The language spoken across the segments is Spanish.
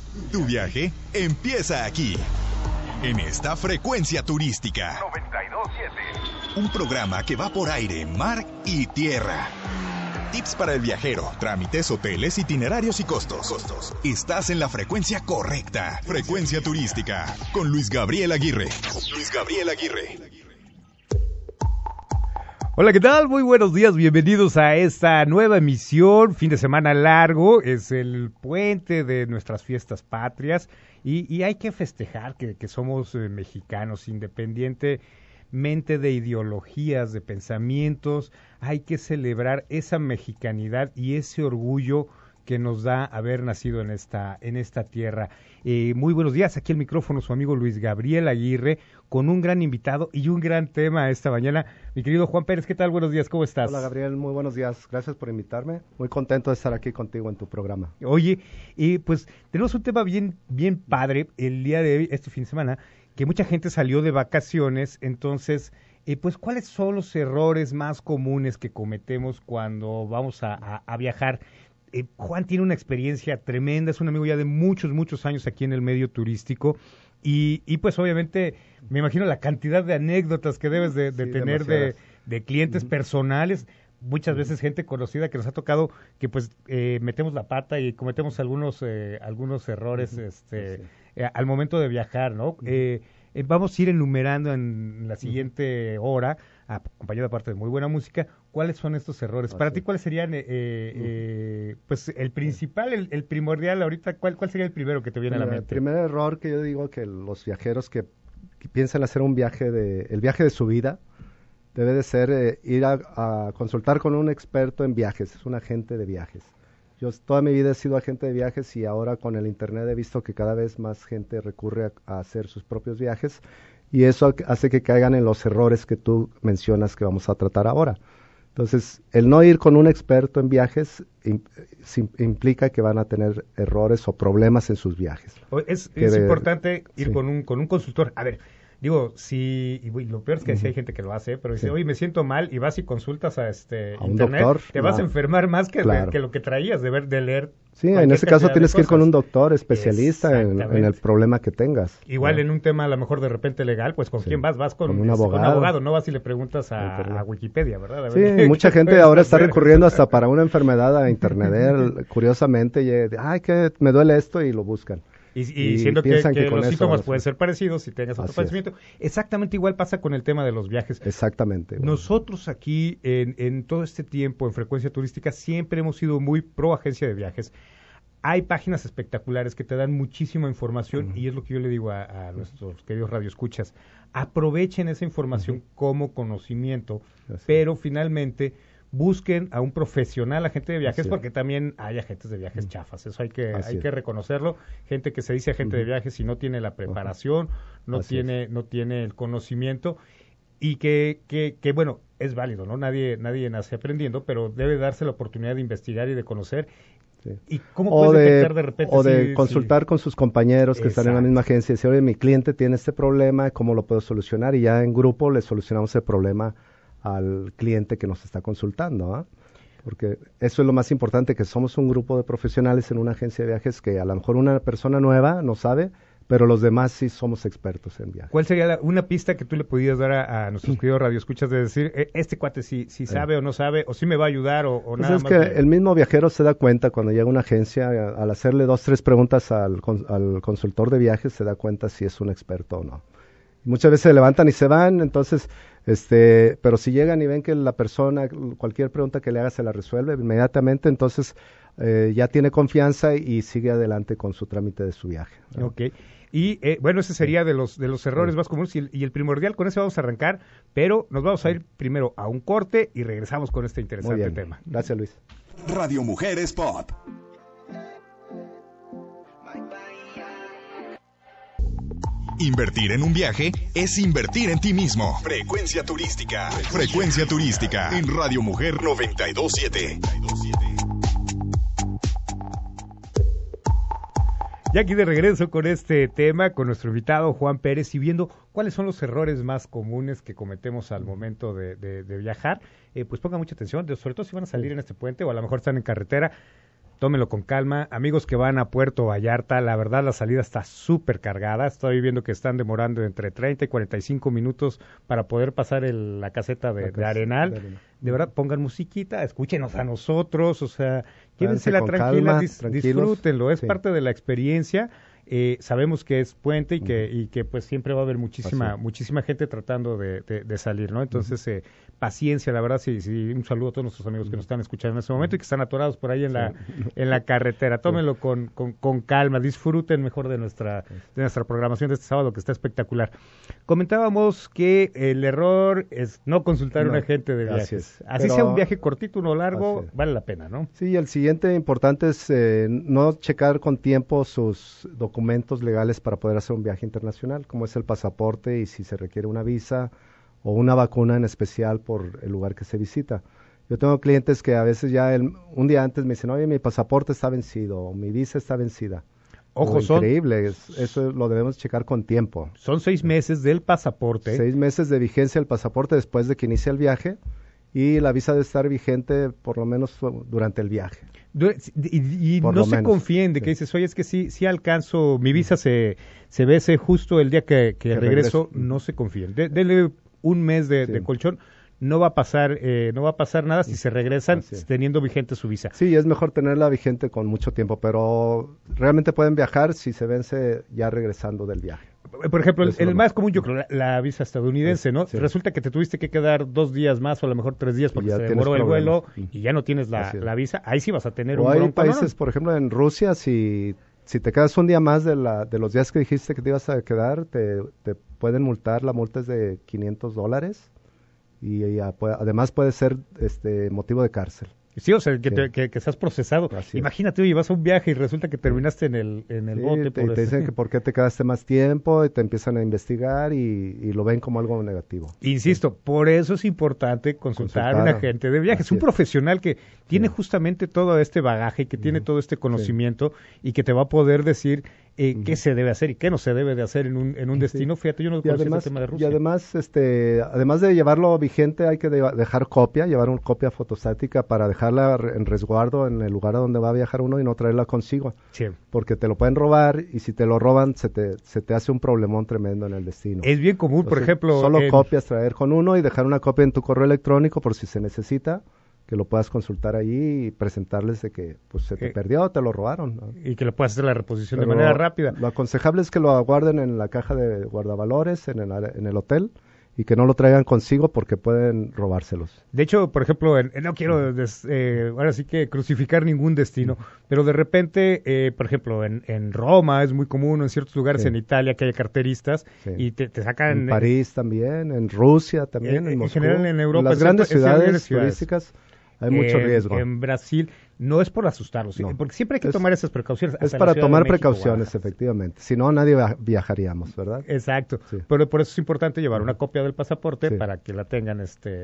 Tu viaje empieza aquí, en esta frecuencia turística. 92.7. Un programa que va por aire, mar y tierra. Tips para el viajero, trámites, hoteles, itinerarios y costos. Estás en la frecuencia correcta. Frecuencia turística, con Luis Gabriel Aguirre. Hola, ¿qué tal? Muy buenos días, bienvenidos a esta nueva emisión, fin de semana largo, es el puente de nuestras fiestas patrias y hay que festejar que somos mexicanos, independientemente de ideologías, de pensamientos, hay que celebrar esa mexicanidad y ese orgullo que nos da haber nacido en esta tierra. Muy buenos días, aquí el micrófono su amigo Luis Gabriel Aguirre, con un gran invitado y un gran tema esta mañana. Mi querido Juan Pérez, ¿qué tal? Buenos días, ¿cómo estás? Hola Gabriel, muy buenos días, gracias por invitarme, muy contento de estar aquí contigo en tu programa. Oye, pues tenemos un tema bien padre el día de hoy, este fin de semana, que mucha gente salió de vacaciones, entonces... pues, ¿cuáles son los errores más comunes que cometemos cuando vamos a viajar? Juan tiene una experiencia tremenda, es un amigo ya de muchos años aquí en el medio turístico y pues obviamente me imagino la cantidad de anécdotas que debes de tener de clientes personales, muchas veces gente conocida que nos ha tocado que pues metemos la pata y cometemos algunos errores al momento de viajar, ¿no? Vamos a ir enumerando en la siguiente hora, acompañado aparte de muy buena música, cuáles son estos errores. Para ti, ¿cuáles serían, pues, el principal, el primordial ahorita? ¿Cuál sería el primero que te viene a la mente? El primer error que yo digo que los viajeros que piensan hacer el viaje de su vida, debe de ser ir a consultar con un experto en viajes, es un agente de viajes. Yo toda mi vida he sido agente de viajes y ahora con el internet he visto que cada vez más gente recurre a hacer sus propios viajes y eso hace que caigan en los errores que tú mencionas que vamos a tratar ahora. Entonces, el no ir con un experto en viajes implica que van a tener errores o problemas en sus viajes. Es importante ir con un consultor. A ver, digo, y lo peor es que sí hay gente que lo hace, pero dice, oye, me siento mal, y vas y consultas a un internet, doctor, te vas a enfermar más que claro. que lo que traías de leer. Sí, en ese caso tienes que ir con un doctor especialista en el problema que tengas. Igual en un tema a lo mejor de repente legal, pues ¿con quién vas? Vas con un abogado, no vas y le preguntas a Wikipedia, ¿verdad? A ver, sí, mucha gente ahora está recurriendo hasta para una enfermedad a internet, curiosamente, que me duele esto y lo buscan. Y siendo que los síntomas pueden ser parecidos si tengas otro padecimiento. Exactamente igual pasa con el tema de los viajes. Exactamente. Bueno. Nosotros aquí, en todo este tiempo, en Frecuencia Turística, siempre hemos sido muy pro agencia de viajes. Hay páginas espectaculares que te dan muchísima información y es lo que yo le digo a nuestros queridos radioescuchas. Aprovechen esa información como conocimiento, pero finalmente... busquen a un profesional agente de viajes, porque también hay agentes de viajes chafas, eso hay que reconocerlo, gente que se dice agente de viajes y no tiene la preparación, no tiene el conocimiento y que bueno, es válido, ¿no? Nadie nace aprendiendo, pero debe darse la oportunidad de investigar y de conocer. Sí. ¿Y cómo puedes detectar de repente? O de consultar con sus compañeros que están en la misma agencia y decir, oye, mi cliente tiene este problema, ¿cómo lo puedo solucionar? Y ya en grupo le solucionamos el problema al cliente que nos está consultando, ¿eh? Porque eso es lo más importante, que somos un grupo de profesionales en una agencia de viajes que a lo mejor una persona nueva no sabe, pero los demás sí somos expertos en viajes. ¿Cuál sería una pista que tú le pudieras dar a nuestros queridos radioescuchas de decir, este cuate sí sabe o no sabe, o sí me va a ayudar o pues nada es más? Es que el mismo viajero se da cuenta cuando llega a una agencia, al hacerle 2-3 preguntas al consultor de viajes, se da cuenta si es un experto o no. Muchas veces se levantan y se van, entonces, pero si llegan y ven que la persona, cualquier pregunta que le haga se la resuelve inmediatamente, entonces ya tiene confianza y sigue adelante con su trámite de su viaje, ¿no? Ok, y bueno, ese sería de los errores más comunes y el primordial, con ese vamos a arrancar, pero nos vamos a ir primero a un corte y regresamos con este interesante tema. Gracias, Luis. Radio Mujeres Pop. Invertir en un viaje es invertir en ti mismo. Frecuencia turística. Frecuencia turística en Radio Mujer 92.7. Ya aquí de regreso con este tema, con nuestro invitado Juan Pérez y viendo cuáles son los errores más comunes que cometemos al momento de viajar. Pues pongan mucha atención, sobre todo si van a salir en este puente o a lo mejor están en carretera. tómenlo con calma. Amigos que van a Puerto Vallarta, la verdad la salida está súper cargada. Estoy viendo que están demorando entre 30 y 45 minutos para poder pasar la caseta de Arenal. De verdad, pongan musiquita, escúchenos a nosotros, o sea, llévensela tranquila, disfrútenlo, es parte de la experiencia. Sabemos que es puente y que pues siempre va a haber muchísima gente tratando de salir, ¿no? Entonces, paciencia, la verdad, sí, un saludo a todos nuestros amigos que nos están escuchando en este momento y que están atorados por ahí en la carretera. Tómenlo con calma, disfruten mejor de nuestra programación de este sábado, que está espectacular. Comentábamos que el error es no consultar a un agente de viajes. Así sea un viaje cortito, uno largo, vale la pena, ¿no? Sí, el siguiente importante es no checar con tiempo sus documentos legales para poder hacer un viaje internacional, como es el pasaporte y si se requiere una visa o una vacuna en especial por el lugar que se visita. Yo tengo clientes que a veces ya un día antes me dicen, oye, mi pasaporte está vencido o mi visa está vencida. Ojo, increíble, eso lo debemos checar con tiempo. Son 6 meses del pasaporte. 6 meses de vigencia del pasaporte después de que inicie el viaje, y la visa debe estar vigente por lo menos durante el viaje. Y no se confíen de que dices, oye, es que sí alcanzo, mi visa se vence justo el día que regreso. No se confíen. Denle un mes de colchón. No va a pasar nada si se regresan teniendo vigente su visa. Sí, es mejor tenerla vigente con mucho tiempo, pero realmente pueden viajar si se vence ya regresando del viaje. Por ejemplo, el más común, yo creo, la visa estadounidense, ¿no? Sí. Resulta que te tuviste que quedar 2 días más o a lo mejor 3 días porque se demoró el vuelo y ya no tienes la visa. Ahí sí vas a tener un bronco. Hay países, por ejemplo, en Rusia, si te quedas un día más de los días que dijiste que te ibas a quedar, te pueden multar. La multa es de $500 y además puede ser motivo de cárcel. Sí, o sea, que seas procesado. Imagínate, oye, vas a un viaje y resulta que terminaste en el bote. Y te dicen que por qué te quedaste más tiempo y te empiezan a investigar y lo ven como algo negativo. Insisto, por eso es importante consultar a un agente de viajes, un profesional que tiene justamente todo este bagaje, que tiene todo este conocimiento y que te va a poder decir qué se debe hacer y qué no se debe de hacer en un destino. Fíjate, yo no conocía el tema de Rusia. Y además de llevarlo vigente, hay que llevar una copia fotostática para dejarla en resguardo en el lugar a donde va a viajar uno y no traerla consigo. Sí. Porque te lo pueden robar y si te lo roban se te hace un problemón tremendo en el destino. Es bien común, por ejemplo. Solo copias traer con uno y dejar una copia en tu correo electrónico por si se necesita, que lo puedas consultar ahí y presentarles de que pues se te perdió o te lo robaron, ¿no? Y que le puedas hacer la reposición de manera rápida. Lo aconsejable es que lo guarden en la caja de guardavalores, en el hotel, y que no lo traigan consigo porque pueden robárselos. De hecho, por ejemplo, no quiero ahora sí que crucificar ningún destino, pero de repente, por ejemplo, en Roma es muy común, en ciertos lugares en Italia que haya carteristas y te sacan... En París también, en Rusia también, en Moscú. En general en Europa. En las grandes ciudades turísticas hay mucho riesgo. En Brasil no es por asustarlos, porque siempre hay que tomar esas precauciones. Es para tomar precauciones, efectivamente. Si no, nadie viajaríamos, ¿verdad? Exacto. Sí. Pero por eso es importante llevar una copia del pasaporte para que la tengan a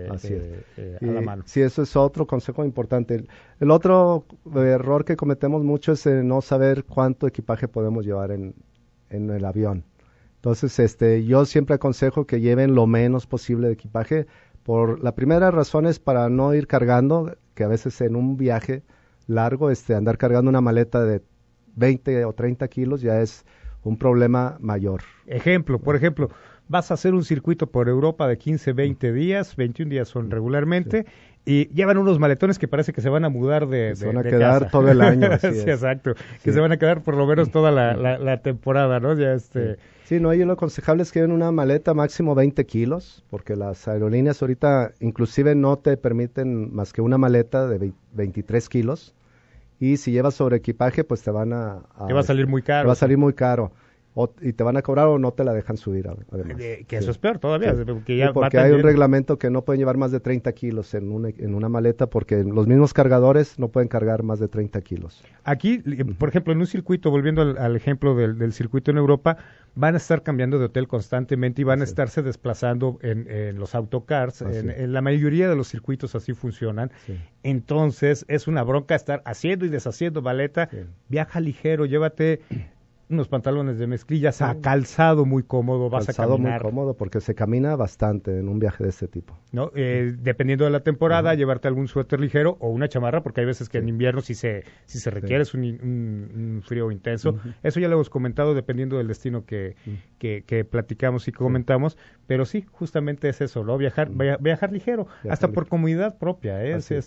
la mano. Sí, eso es otro consejo importante. El otro error que cometemos mucho es no saber cuánto equipaje podemos llevar en el avión. Entonces, yo siempre aconsejo que lleven lo menos posible de equipaje. Por la primera razón es para no ir cargando, que a veces en un viaje largo, andar cargando una maleta de 20 o 30 kilos ya es un problema mayor. Por ejemplo, vas a hacer un circuito por Europa de 15, 20 días, 21 días son regularmente, y llevan unos maletones que parece que se van a mudar se van a quedar casa. Todo el año. Sí, exacto, que se van a quedar por lo menos toda la temporada, ¿no? Ya Sí, no, y lo aconsejable es que lleven una maleta máximo 20 kilos, porque las aerolíneas ahorita inclusive no te permiten más que una maleta de 23 kilos, y si llevas sobre equipaje, pues te va a salir muy caro. Te va a salir muy caro. Y te van a cobrar o no te la dejan subir, además. Que eso es peor todavía. Porque hay un reglamento que no pueden llevar más de 30 kilos en una maleta, porque los mismos cargadores no pueden cargar más de 30 kilos. Aquí, por ejemplo, en un circuito, volviendo al ejemplo del circuito en Europa, van a estar cambiando de hotel constantemente y van a estarse desplazando en los autocars. En la mayoría de los circuitos así funcionan. Sí. Entonces, es una bronca estar haciendo y deshaciendo maleta. Sí. Viaja ligero, llévate unos pantalones de mezclilla, a calzado muy cómodo, vas calzado a caminar. muy cómodo porque se camina bastante en un viaje de este tipo. ¿No? Dependiendo de la temporada, llevarte algún suéter ligero o una chamarra, porque hay veces que en invierno si se requiere es un frío intenso. Eso ya lo hemos comentado dependiendo del destino que platicamos y comentamos, pero sí, justamente es eso, ¿no? Viajar ligero, hasta por comodidad propia.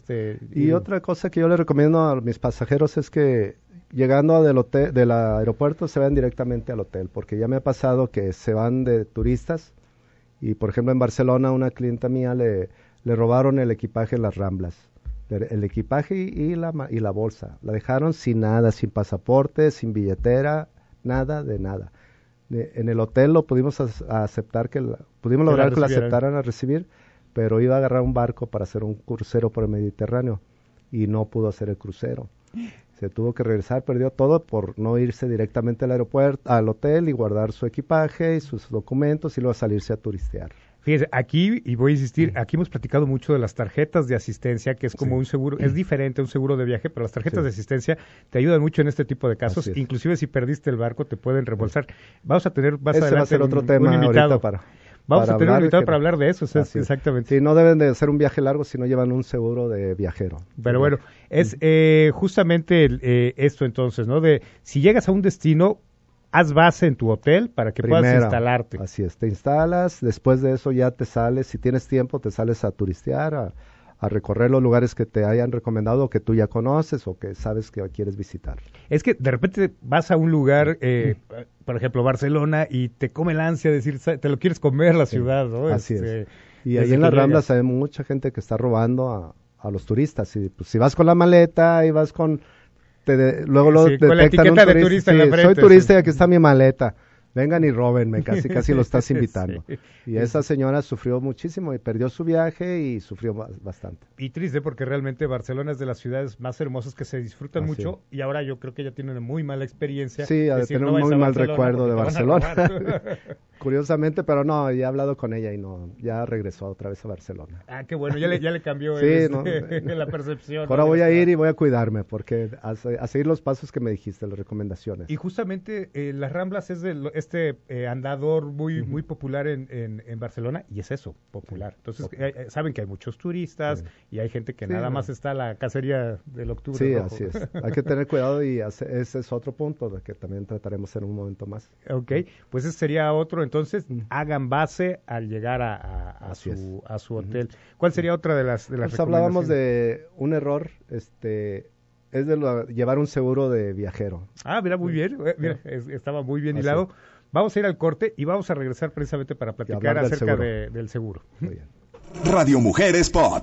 Y otra cosa que yo le recomiendo a mis pasajeros es que llegando del aeropuerto se van directamente al hotel, porque ya me ha pasado que se van de turistas y, por ejemplo, en Barcelona una clienta mía le robaron el equipaje en las Ramblas, el equipaje y la bolsa. La dejaron sin nada, sin pasaporte, sin billetera, nada de nada. En el hotel lo pudimos aceptar, pudimos lograr que la aceptaran a recibir, pero iba a agarrar un barco para hacer un crucero por el Mediterráneo y no pudo hacer el crucero. Se tuvo que regresar, perdió todo por no irse directamente al aeropuerto, al hotel y guardar su equipaje y sus documentos y luego salirse a turistear. Fíjese, aquí, y voy a insistir, aquí hemos platicado mucho de las tarjetas de asistencia, que es como un seguro, es diferente a un seguro de viaje, pero las tarjetas de asistencia te ayudan mucho en este tipo de casos, inclusive si perdiste el barco te pueden reembolsar. Vamos a tener más adelante va a ser otro tema invitado Vamos a tener un invitado para hablar de eso, exactamente. Sí, no deben de hacer un viaje largo si no llevan un seguro de viajero. Pero bueno, es justamente esto entonces, ¿no? De si llegas a un destino, haz base en tu hotel para que puedas instalarte. Así es, te instalas, después de eso ya te sales, si tienes tiempo, te sales a turistear, a recorrer los lugares que te hayan recomendado o que tú ya conoces o que sabes que quieres visitar. Es que de repente vas a un lugar, por ejemplo, Barcelona, y te come la ansia de decir, te lo quieres comer la ciudad, ¿no? Así es. Y ahí en las Ramblas hay mucha gente que está robando a los turistas. Y, pues, si vas con la maleta y vas con... luego lo detectan con la etiqueta de turista en la frente. Soy turista y aquí está mi maleta. Vengan y róbenme, casi lo estás invitando. Y esa señora sufrió muchísimo y perdió su viaje y sufrió bastante. Y triste porque realmente Barcelona es de las ciudades más hermosas que se disfrutan mucho y ahora yo creo que ella tiene una muy mala experiencia. Sí, ha de tener un muy mal recuerdo de Barcelona. Curiosamente, pero no, ya he hablado con ella y no, ya regresó otra vez a Barcelona. Ah, qué bueno, ya le cambió la percepción. Ahora voy a ir y voy a cuidarme porque a seguir los pasos que me dijiste, las recomendaciones. Y justamente las Ramblas es andador muy popular en Barcelona y es eso, popular. Entonces saben que hay muchos turistas y hay gente que nada más está a la cacería del octubre. Sí, rojo. Así es. Hay que tener cuidado y ese es otro punto de que también trataremos en un momento más. Ok, pues ese sería otro. Entonces hagan base al llegar a su hotel. ¿Cuál sería otra de las recomendaciones? Hablábamos de un error, es de llevar un seguro de viajero. Ah, mira, muy bien. Mira, estaba muy bien hilado. Vamos a ir al corte y vamos a regresar precisamente para platicar acerca del seguro. Muy bien. Radio Mujeres Pop.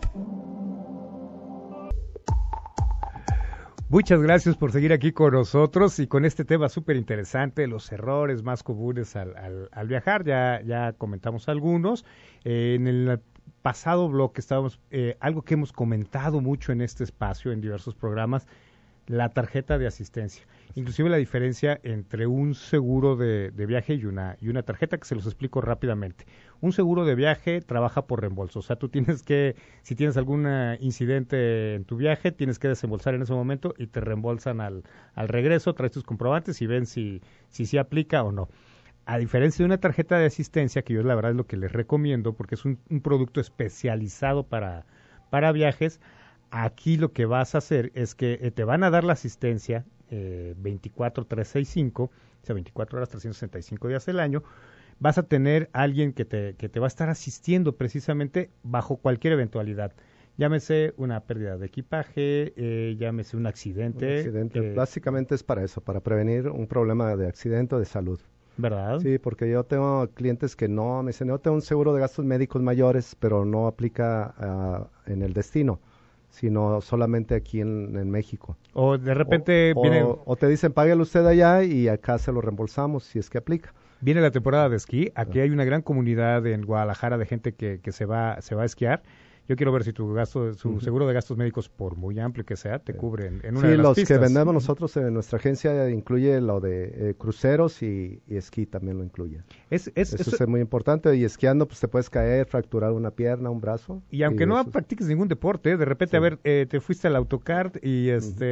Muchas gracias por seguir aquí con nosotros y con este tema súper interesante, los errores más comunes al viajar. Ya comentamos algunos. En el pasado bloque estábamos, algo que hemos comentado mucho en este espacio, en diversos programas, la tarjeta de asistencia. Inclusive la diferencia entre un seguro de viaje y una tarjeta, que se los explico rápidamente. Un seguro de viaje trabaja por reembolso, o sea, tú tienes que, si tienes algún incidente en tu viaje, tienes que desembolsar en ese momento y te reembolsan al regreso, traes tus comprobantes y ven si aplica o no. A diferencia de una tarjeta de asistencia, que yo la verdad es lo que les recomiendo, porque es un producto especializado para viajes. Aquí lo que vas a hacer es que te van a dar la asistencia 24/365, o sea, 24 horas, 365 días del año. Vas a tener alguien que te va a estar asistiendo precisamente bajo cualquier eventualidad. Llámese una pérdida de equipaje, llámese un accidente. Básicamente es para eso, para prevenir un problema de accidente o de salud. ¿Verdad? Sí, porque yo tengo clientes que me dicen, yo tengo un seguro de gastos médicos mayores, pero no aplica en el destino, sino solamente aquí en México. O de repente o te dicen, páguelo usted allá y acá se lo reembolsamos si es que aplica. Viene la temporada de esquí, aquí hay una gran comunidad en Guadalajara de gente que se va a esquiar. yo quiero ver si su seguro de gastos médicos, por muy amplio que sea, te cubre en una Sí, de las los pistas. que vendemos nosotros en nuestra agencia incluye lo de cruceros y esquí también lo incluye. Eso es muy importante, y esquiando pues te puedes caer, fracturar una pierna, un brazo. Y aunque no practiques ningún deporte, de repente, te fuiste al autokart y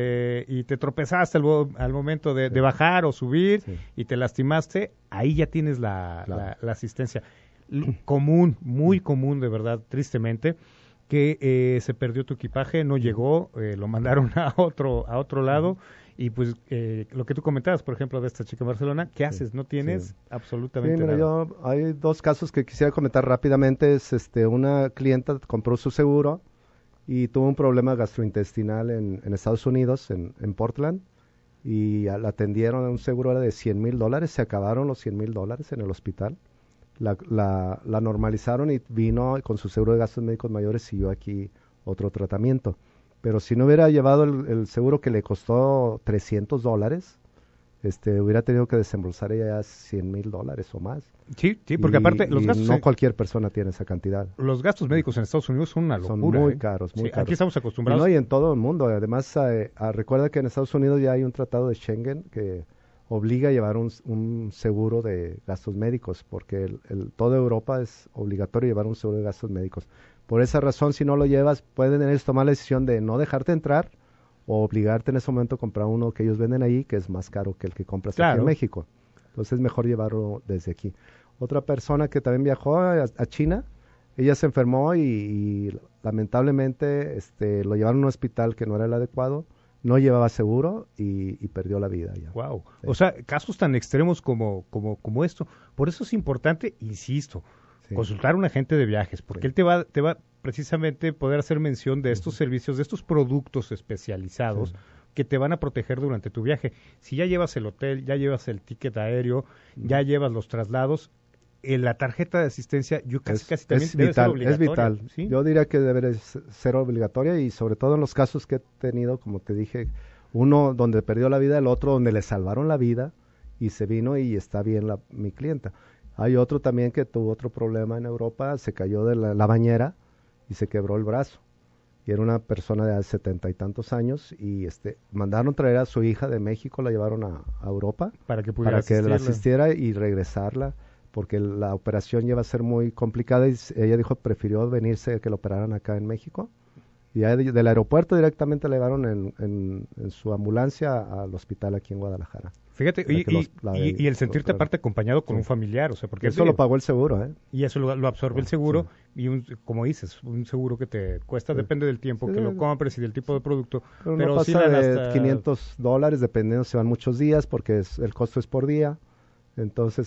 y te tropezaste al momento de bajar o subir y te lastimaste, ahí ya tienes la asistencia. Común, muy común, de verdad, tristemente, que se perdió tu equipaje, no llegó, lo mandaron a otro lado. Y pues lo que tú comentabas, por ejemplo, de esta chica en Barcelona, ¿qué haces? No tienes absolutamente nada. Hay dos casos que quisiera comentar rápidamente. Es una clienta compró su seguro y tuvo un problema gastrointestinal en Estados Unidos, en Portland, y la atendieron a un seguro era de $100,000. Se acabaron los $100,000 en el hospital. La normalizaron y vino con su seguro de gastos médicos mayores, siguió aquí otro tratamiento. Pero si no hubiera llevado el seguro que le costó $300, hubiera tenido que desembolsar ya $100,000 o más. Sí, porque aparte los gastos... No cualquier persona tiene esa cantidad. Los gastos médicos en Estados Unidos son una locura. Son muy caros, muy caros. Aquí estamos acostumbrados. Y en todo el mundo. Además, recuerda que en Estados Unidos ya hay un tratado de Schengen que obliga a llevar un seguro de gastos médicos, porque toda Europa es obligatorio llevar un seguro de gastos médicos. Por esa razón, si no lo llevas, pueden ellos tomar la decisión de no dejarte entrar o obligarte en ese momento a comprar uno que ellos venden ahí, que es más caro que el que compras aquí en México. Entonces es mejor llevarlo desde aquí. Otra persona que también viajó a China, ella se enfermó y lamentablemente lo llevaron a un hospital que no era el adecuado, no llevaba seguro y perdió la vida ya. Wow. Sí. O sea, casos tan extremos como esto. Por eso es importante, insisto, consultar a un agente de viajes, porque él te va precisamente poder hacer mención de estos servicios, de estos productos especializados que te van a proteger durante tu viaje. Si ya llevas el hotel, ya llevas el ticket aéreo, ya llevas los traslados, la tarjeta de asistencia, yo casi también debe ser obligatoria. Es vital. ¿Sí? Yo diría que debe ser obligatoria, y sobre todo en los casos que he tenido, como te dije, uno donde perdió la vida, el otro donde le salvaron la vida y se vino y está bien mi clienta. Hay otro también que tuvo otro problema en Europa, se cayó de la bañera y se quebró el brazo. Y era una persona de 70 y tantos años, y mandaron traer a su hija de México, la llevaron a Europa para que la asistiera y regresarla, porque la operación iba a ser muy complicada, y ella dijo prefirió venirse que la operaran acá en México. Y ya del aeropuerto directamente la llevaron en su ambulancia al hospital aquí en Guadalajara. Fíjate, y el sentirte aparte acompañado con un familiar, o sea, porque eso lo pagó el seguro, y eso lo absorbe el seguro, y como dices, un seguro que te cuesta, depende del tiempo que lo compres y del tipo de producto, pero no pasa de $500, dependiendo si van muchos días, porque el costo es por día, entonces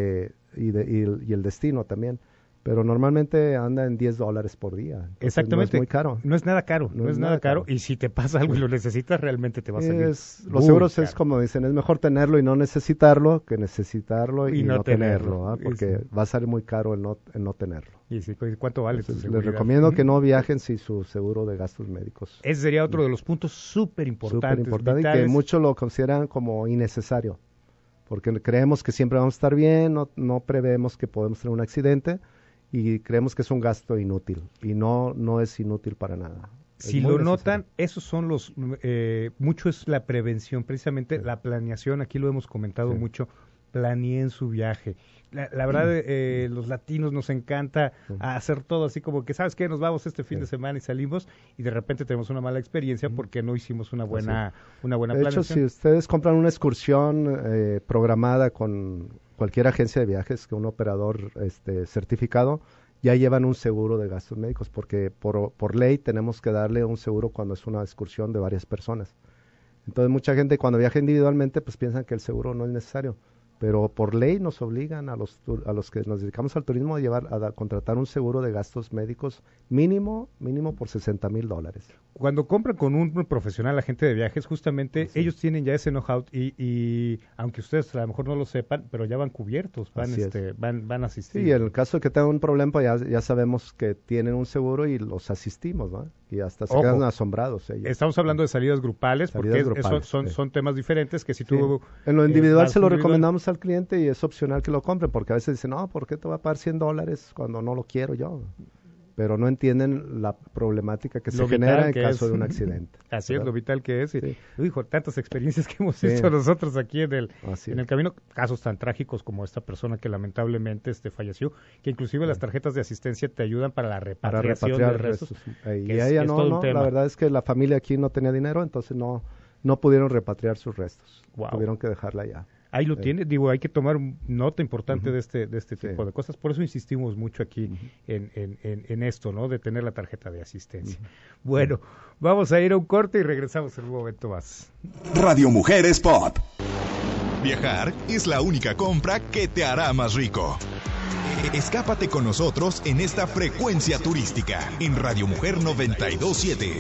y el destino también. Pero normalmente anda en $10 por día. Entonces exactamente. No es muy caro. No es nada caro. No es nada caro. Y si te pasa algo y lo necesitas, realmente te va a salir. Los seguros caro. Es como dicen, es mejor tenerlo y no necesitarlo que necesitarlo y no tenerlo. Porque va a salir muy caro el no tenerlo. ¿Y cuánto vale? Entonces, les recomiendo que no viajen sin su seguro de gastos médicos. Ese sería otro de los puntos súper importantes. Y que muchos lo consideran como innecesario. Porque creemos que siempre vamos a estar bien, no prevemos que podemos tener un accidente, y creemos que es un gasto inútil, y no es inútil para nada. Si lo notan, esos son mucho es la prevención, precisamente la planeación, aquí lo hemos comentado mucho, planeen su viaje. La verdad, los latinos nos encanta hacer todo así como que, ¿sabes qué? Nos vamos este fin de semana y salimos, y de repente tenemos una mala experiencia porque no hicimos una buena planeación. De hecho, si ustedes compran una excursión programada con cualquier agencia de viajes, que un operador certificado, ya llevan un seguro de gastos médicos, porque por ley tenemos que darle un seguro cuando es una excursión de varias personas. Entonces mucha gente cuando viaja individualmente pues piensan que el seguro no es necesario, pero por ley nos obligan a los que nos dedicamos al turismo a contratar un seguro de gastos médicos mínimo por $60,000. Cuando compran con un profesional agente de viajes, justamente ellos tienen ya ese know-how y aunque ustedes a lo mejor no lo sepan, pero ya van cubiertos, van a asistir. Sí, en el caso de que tengan un problema, pues ya sabemos que tienen un seguro y los asistimos, ¿no? Y hasta se quedan asombrados ellos. Estamos hablando de salidas grupales, porque son temas diferentes que si tú... En lo individual se lo recomendamos al cliente y es opcional que lo compren, porque a veces dicen, no, ¿por qué te va a pagar $100 cuando no lo quiero yo? pero no entienden la problemática que se Lo genera vital en que caso es. de un accidente. Así es, ¿verdad? lo vital que es. Sí. Hijo, tantas experiencias que hemos Sí. visto nosotros aquí Así en el es. camino, casos tan trágicos como esta persona que lamentablemente falleció, que inclusive las tarjetas de asistencia te ayudan para la Para repatriación de repatriar restos. restos. que Y es- ella es no, todo un no, tema. la verdad es que la familia aquí no tenía dinero, entonces no pudieron repatriar sus restos. Guau. Tuvieron que dejarla allá. Ahí lo tiene, digo, hay que tomar nota importante Ujú. de este tipo Sí. de cosas, por eso insistimos mucho aquí Ujú. en esto, ¿no? De tener la tarjeta de asistencia. Bueno, vamos a ir a un corte y regresamos en un momento más. Radio Mujeres Pop. Viajar es la única compra que te hará más rico. Escápate con nosotros en esta frecuencia turística en Radio Mujer 92.7.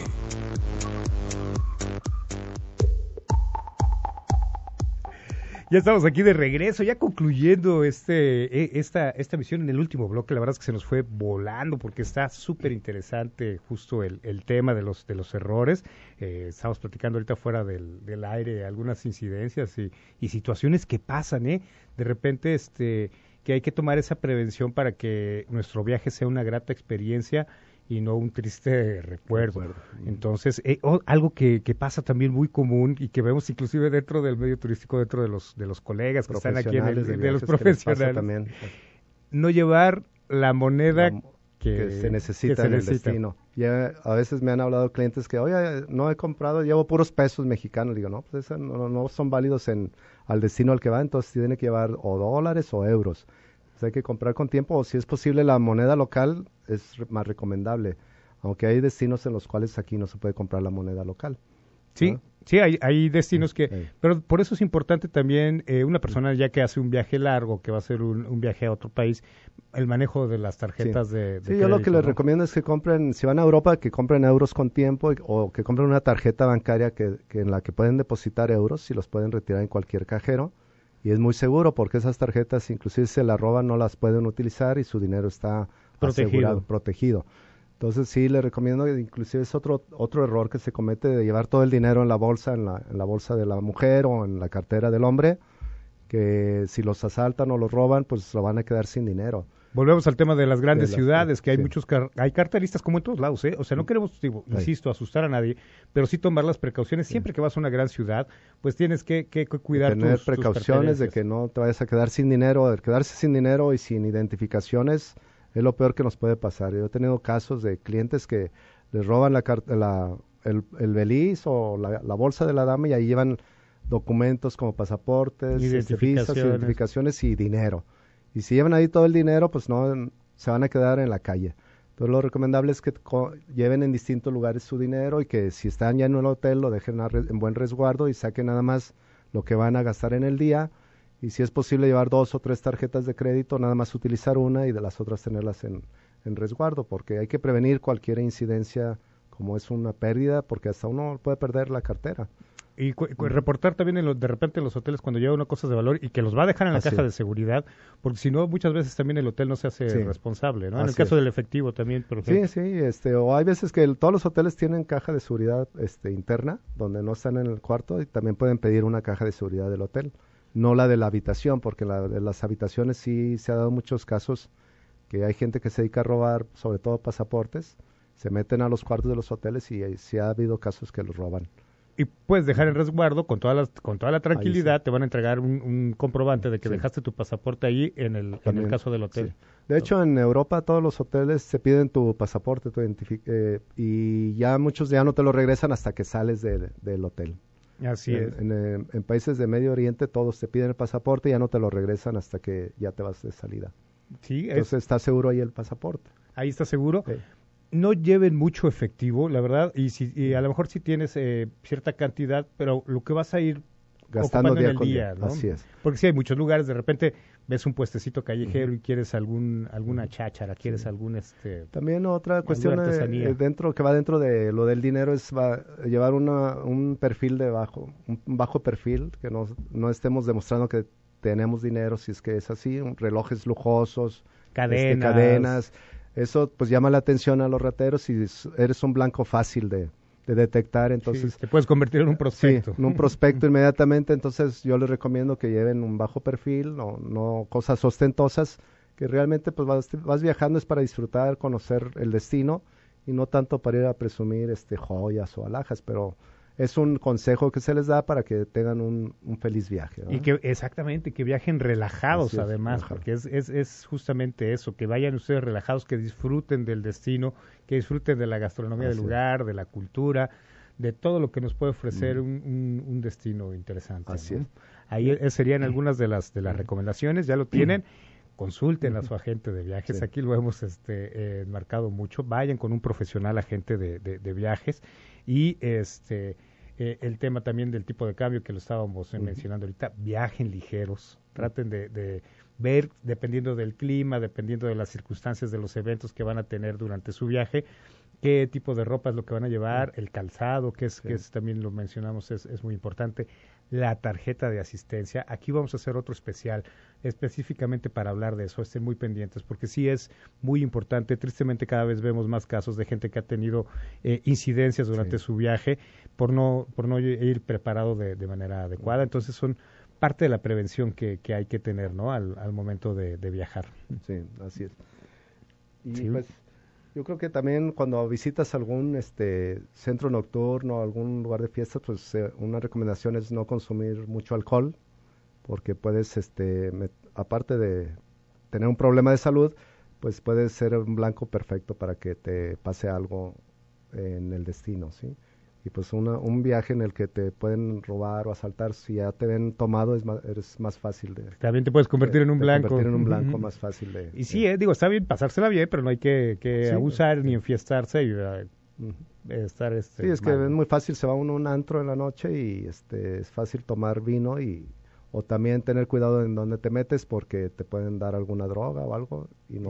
Ya estamos aquí de regreso, ya concluyendo esta misión en el último bloque. La verdad es que se nos fue volando porque está súper interesante justo el tema de los errores. Estamos platicando ahorita fuera del aire algunas incidencias y situaciones que pasan, De repente que hay que tomar esa prevención para que nuestro viaje sea una grata experiencia y no un triste recuerdo. Entonces, algo que pasa también muy común y que vemos inclusive dentro del medio turístico, dentro de los colegas que están aquí Profesionales de viajes los que les pasa profesionales, también, no llevar la moneda que se necesita en el destino. Ya a veces me han hablado clientes que, oye, no he comprado, llevo puros pesos mexicanos. Digo, no, pues esos no son válidos al destino al que va, entonces tiene que llevar o dólares o euros. Hay que comprar con tiempo, o si es posible la moneda local es más recomendable, aunque hay destinos en los cuales aquí no se puede comprar la moneda local. Sí, ¿no? sí, hay destinos que... Sí. Pero por eso es importante también una persona ya que hace un viaje largo, que va a hacer un viaje a otro país, el manejo de las tarjetas de Sí, yo lo que crédito, les ¿no? recomiendo es que compren, si van a Europa, que compren euros con tiempo o que compren una tarjeta bancaria que en la que pueden depositar euros y los pueden retirar en cualquier cajero. Y es muy seguro porque esas tarjetas, inclusive si se las roban, no las pueden utilizar y su dinero está asegurado, protegido. Entonces sí, le recomiendo, inclusive es otro error que se comete de llevar todo el dinero en la bolsa, en la bolsa de la mujer o en la cartera del hombre, que si los asaltan o los roban, pues lo van a quedar sin dinero. Volvemos al tema de las grandes De las- ciudades, que hay sí. muchos hay carteristas como en todos lados, O sea, no queremos, insisto, asustar a nadie, pero sí tomar las precauciones. Siempre que vas a una gran ciudad, pues tienes que cuidar Tener tus precauciones de pertenencias. que no te vayas a quedar sin dinero. El quedarse sin dinero y sin identificaciones es lo peor que nos puede pasar. Yo he tenido casos de clientes que les roban el beliz o la bolsa de la dama y ahí llevan documentos como pasaportes, visas, identificaciones y dinero. Y si llevan ahí todo el dinero, pues no se van a quedar en la calle. Entonces lo recomendable es que lleven en distintos lugares su dinero y que si están ya en un hotel lo dejen en buen resguardo y saquen nada más lo que van a gastar en el día. Y si es posible llevar 2 o 3 tarjetas de crédito, nada más utilizar una y de las otras tenerlas en resguardo, porque hay que prevenir cualquier incidencia como es una pérdida, porque hasta uno puede perder la cartera. Y reportar también de repente en los hoteles cuando lleva uno cosas de valor y que los va a dejar en la caja de seguridad, porque si no, muchas veces también el hotel no se hace responsable, ¿no? En el caso del efectivo también, por ejemplo. Sí, o hay veces que todos los hoteles tienen caja de seguridad interna, donde no están en el cuarto, y también pueden pedir una caja de seguridad del hotel, no la de la habitación, porque la de las habitaciones sí se ha dado muchos casos que hay gente que se dedica a robar, sobre todo pasaportes, se meten a los cuartos de los hoteles y sí ha habido casos que los roban. Y puedes dejar en resguardo con toda la tranquilidad, te van a entregar un comprobante de que dejaste tu pasaporte ahí en el caso del hotel. Sí. De hecho, en Europa todos los hoteles se piden tu pasaporte, y ya muchos ya no te lo regresan hasta que sales del hotel. Así es. En países de Medio Oriente todos te piden el pasaporte y ya no te lo regresan hasta que ya te vas de salida. Sí, entonces está seguro ahí el pasaporte. Ahí está seguro. Sí. No lleven mucho efectivo, la verdad, y a lo mejor sí tienes cierta cantidad, pero lo que vas a ir gastando día en el con día, ¿no? Así es. Porque sí hay muchos lugares, de repente ves un puestecito callejero y quieres alguna cháchara, quieres algún También otra cuestión que va dentro de lo del dinero es llevar un perfil un bajo perfil, que no estemos demostrando que tenemos dinero, si es que es así, relojes lujosos, cadenas. Eso pues llama la atención a los rateros y eres un blanco fácil de detectar, entonces... Sí, te puedes convertir en un prospecto. Sí, en un prospecto inmediatamente, entonces yo les recomiendo que lleven un bajo perfil, no cosas ostentosas, que realmente pues vas viajando es para disfrutar, conocer el destino y no tanto para ir a presumir joyas o alhajas, pero es un consejo que se les da para que tengan un feliz viaje, ¿no? Y que exactamente, que viajen relajados además, porque es justamente eso, que vayan ustedes relajados, que disfruten del destino, que disfruten de la gastronomía del lugar, de la cultura, de todo lo que nos puede ofrecer un destino interesante. Así ¿no? es. Ahí serían algunas de las recomendaciones, ya lo tienen. Consulten a su agente de viajes, aquí lo hemos marcado mucho, vayan con un profesional agente de viajes y el tema también del tipo de cambio que lo estábamos mencionando ahorita, viajen ligeros, traten de ver, dependiendo del clima, dependiendo de las circunstancias de los eventos que van a tener durante su viaje, qué tipo de ropa es lo que van a llevar, el calzado, que es también lo mencionamos, es muy importante, la tarjeta de asistencia. Aquí vamos a hacer otro especial específicamente para hablar de eso, estén muy pendientes porque sí es muy importante. Tristemente cada vez vemos más casos de gente que ha tenido incidencias durante su viaje por no ir preparado de manera adecuada, entonces son parte de la prevención que hay que tener, ¿no? al momento de viajar. Sí, así es. Y pues yo creo que también cuando visitas algún centro nocturno, algún lugar de fiesta, pues una recomendación es no consumir mucho alcohol, porque puedes, aparte de tener un problema de salud, pues puedes ser un blanco perfecto para que te pase algo en el destino, ¿sí? Y pues un viaje en el que te pueden robar o asaltar, si ya te ven tomado, eres más fácil de... También te puedes convertir en un blanco. Convertir en un blanco más fácil de... Y sí, digo, está bien pasársela bien, pero no hay que abusar ni enfiestarse y estar... Sí, es que es muy fácil, se va uno a un antro en la noche y es fácil tomar vino o también tener cuidado en dónde te metes porque te pueden dar alguna droga o algo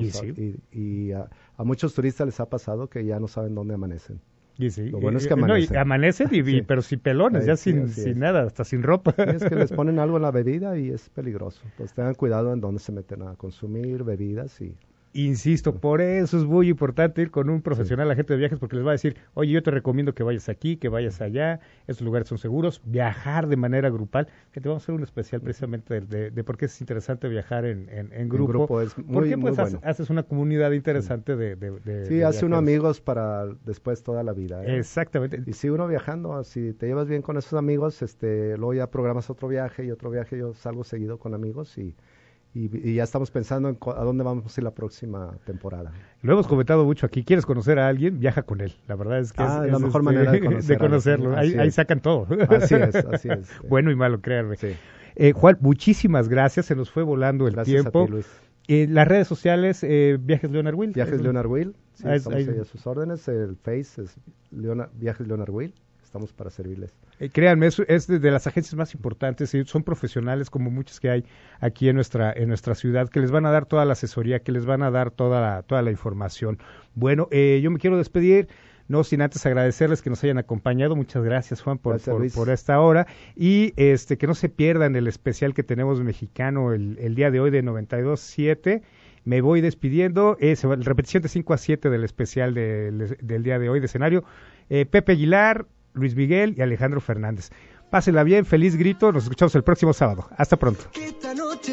y a muchos turistas les ha pasado que ya no saben dónde amanecen. Y sí, lo bueno es que amanecen. Amanecen pero sin pelones, ya sin nada, hasta sin ropa. Sí, es que les ponen algo en la bebida y es peligroso. Pues tengan cuidado en dónde se meten a consumir bebidas y... Insisto, por eso es muy importante ir con un profesional agente de viajes porque les va a decir, oye, yo te recomiendo que vayas aquí, que vayas allá, estos lugares son seguros, viajar de manera grupal, que te vamos a hacer un especial precisamente de por qué es interesante viajar en grupo. En grupo es muy, porque pues muy bueno. haces una comunidad interesante Sí, hace uno amigos para después toda la vida. Exactamente. Y si uno viajando, si te llevas bien con esos amigos, luego ya programas otro viaje, yo salgo seguido con amigos y ya estamos pensando en a dónde vamos a ir la próxima temporada. Lo hemos comentado mucho aquí. ¿Quieres conocer a alguien? Viaja con él. La verdad es que es la mejor manera de conocerlo. Ahí sacan todo. Así es. Bueno y malo, créanme. Sí. Juan, muchísimas gracias. Se nos fue volando el tiempo. Gracias a ti, Luis. Las redes sociales, Viajes Leonard Will. Viajes Leonard Will. Sí, estamos ahí a sus órdenes. El Face es Viajes Leonard Will. Estamos para servirles. Créanme, es de las agencias más importantes, son profesionales como muchos que hay aquí en nuestra ciudad, que les van a dar toda la asesoría, que les van a dar toda la información. Bueno, yo me quiero despedir, no sin antes agradecerles que nos hayan acompañado. Muchas gracias, Juan, por esta hora. Y que no se pierdan el especial que tenemos mexicano el día de hoy de 92.7. Me voy despidiendo, repetición de 5 a 7 del especial del día de hoy de escenario. Pepe Aguilar, Luis Miguel y Alejandro Fernández. Pásenla bien, feliz grito, nos escuchamos el próximo sábado. Hasta pronto.